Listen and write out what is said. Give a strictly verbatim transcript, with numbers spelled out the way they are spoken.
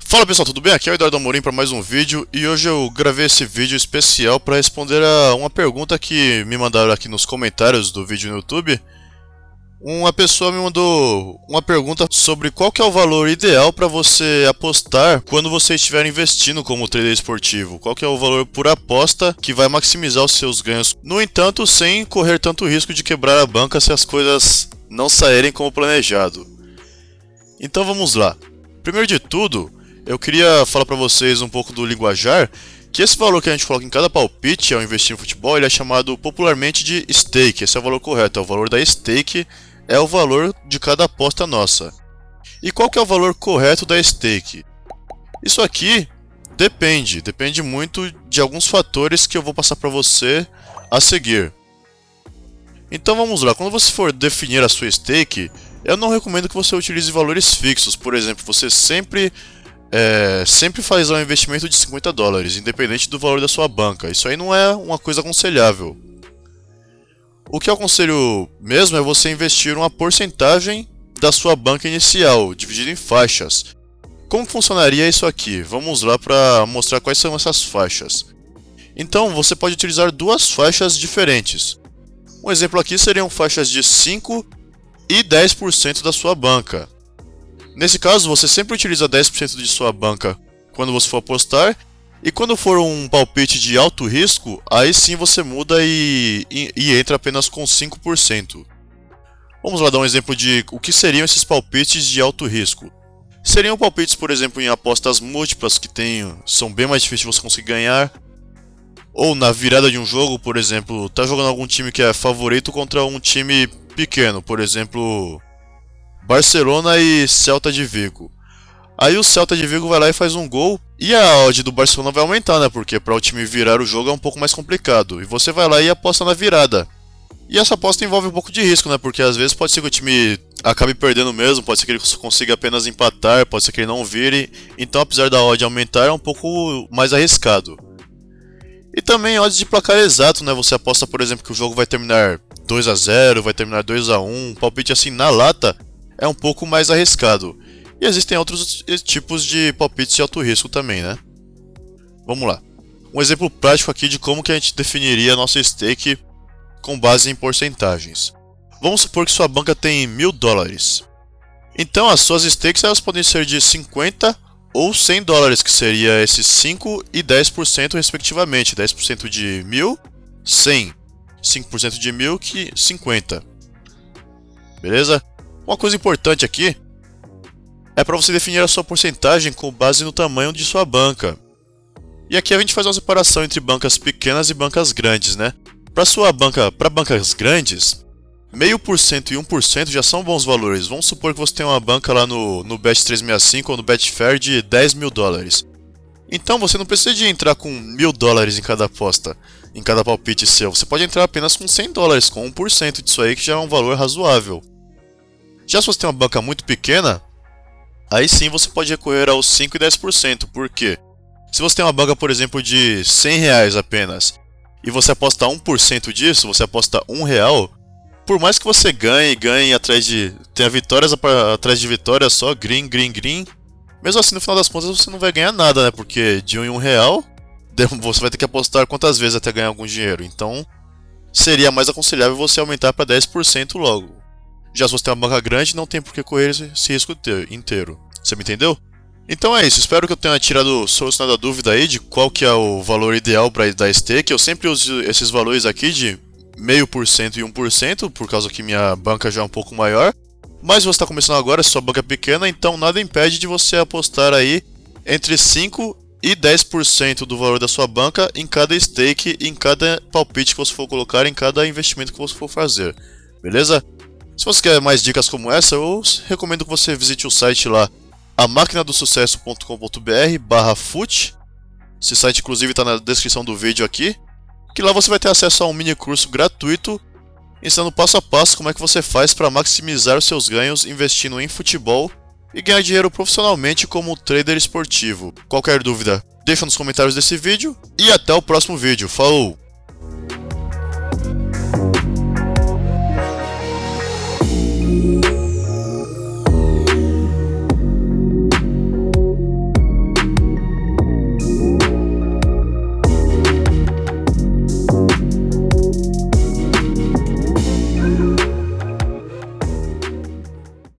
Fala pessoal, tudo bem? Aqui é o Eduardo Amorim para mais um vídeo e hoje eu gravei esse vídeo especial para responder a uma pergunta que me mandaram aqui nos comentários do vídeo no YouTube. Uma pessoa me mandou uma pergunta sobre qual que é o valor ideal para você apostar quando você estiver investindo como trader esportivo. Qual que é o valor por aposta que vai maximizar os seus ganhos, no entanto, sem correr tanto risco de quebrar a banca se as coisas não saírem como planejado. Então vamos lá. Primeiro de tudo, eu queria falar para vocês um pouco do linguajar, que esse valor que a gente coloca em cada palpite ao investir em futebol, ele é chamado popularmente de stake. Esse é o valor correto, é o valor da stake, é o valor de cada aposta nossa. E qual que é o valor correto da stake? Isso aqui depende, depende muito de alguns fatores que eu vou passar para você a seguir. Então vamos lá, quando você for definir a sua stake, eu não recomendo que você utilize valores fixos. Por exemplo, você sempre É, sempre faz um investimento de cinquenta dólares, independente do valor da sua banca. Isso aí não é uma coisa aconselhável. O que eu aconselho mesmo é você investir uma porcentagem da sua banca inicial, dividido em faixas. Como funcionaria isso aqui? Vamos lá para mostrar quais são essas faixas. Então, você pode utilizar duas faixas diferentes. Um exemplo aqui seriam faixas de cinco e dez por cento da sua banca. Nesse caso, você sempre utiliza dez por cento de sua banca quando você for apostar, e quando for um palpite de alto risco, aí sim você muda e, e, e entra apenas com cinco por cento. Vamos lá dar um exemplo de o que seriam esses palpites de alto risco. Seriam palpites, por exemplo, em apostas múltiplas, que tem, são bem mais difíceis de você conseguir ganhar, ou na virada de um jogo, por exemplo, tá jogando algum time que é favorito contra um time pequeno, por exemplo, Barcelona e Celta de Vigo. Aí o Celta de Vigo vai lá e faz um gol, e a odd do Barcelona vai aumentar, né? Porque para o time virar o jogo é um pouco mais complicado. E você vai lá e aposta na virada. E essa aposta envolve um pouco de risco, né? Porque às vezes pode ser que o time acabe perdendo mesmo, pode ser que ele consiga apenas empatar, pode ser que ele não vire. Então, apesar da odd aumentar, é um pouco mais arriscado. E também odds de placar exato, né? Você aposta, por exemplo, que o jogo vai terminar dois a zero, vai terminar dois a um, um palpite assim na lata é um pouco mais arriscado. E existem outros tipos de palpites de alto risco também, né? Vamos lá. Um exemplo prático aqui de como que a gente definiria a nossa stake com base em porcentagens. Vamos supor que sua banca tem mil dólares. Então as suas stakes elas podem ser de cinquenta ou cem dólares, que seria esses cinco e dez por cento respectivamente. dez por cento de mil, cem. cinco por cento de mil, que cinquenta. Beleza? Uma coisa importante aqui é para você definir a sua porcentagem com base no tamanho de sua banca. E aqui a gente faz uma separação entre bancas pequenas e bancas grandes, né? Para sua banca, para bancas grandes, meio por cento e um por cento já são bons valores. Vamos supor que você tem uma banca lá no, no Bet trezentos e sessenta e cinco ou no Betfair de dez mil dólares. Então você não precisa de entrar com mil dólares em cada aposta, em cada palpite seu. Você pode entrar apenas com cem dólares, com um por cento disso aí, que já é um valor razoável. Já se você tem uma banca muito pequena, aí sim você pode recorrer aos cinco e dez por cento. Por quê? Se você tem uma banca, por exemplo, de cem reais apenas, e você aposta um por cento disso, você aposta um real, por mais que você ganhe, ganhe atrás de... tenha vitórias atrás de vitórias só, green, green, green, mesmo assim no final das contas você não vai ganhar nada, né? Porque de um em um real, você vai ter que apostar quantas vezes até ganhar algum dinheiro. Então, seria mais aconselhável você aumentar para dez por cento logo. Já se você tem uma banca grande, não tem por que correr esse risco inteiro. Você me entendeu? Então é isso, espero que eu tenha tirado, solucionado a dúvida aí de qual que é o valor ideal para dar stake. Eu sempre uso esses valores aqui de meio por cento e um por cento, por causa que minha banca já é um pouco maior. Mas você está começando agora, se sua banca é pequena, então nada impede de você apostar aí entre cinco e dez por cento do valor da sua banca em cada stake, em cada palpite que você for colocar, em cada investimento que você for fazer. Beleza? Se você quer mais dicas como essa, eu recomendo que você visite o site lá, a máquina do sucesso ponto com ponto br barra fut. Esse site inclusive está na descrição do vídeo aqui, que lá você vai ter acesso a um mini curso gratuito, ensinando passo a passo como é que você faz para maximizar os seus ganhos investindo em futebol e ganhar dinheiro profissionalmente como trader esportivo. Qualquer dúvida, deixa nos comentários desse vídeo e até o próximo vídeo. Falou!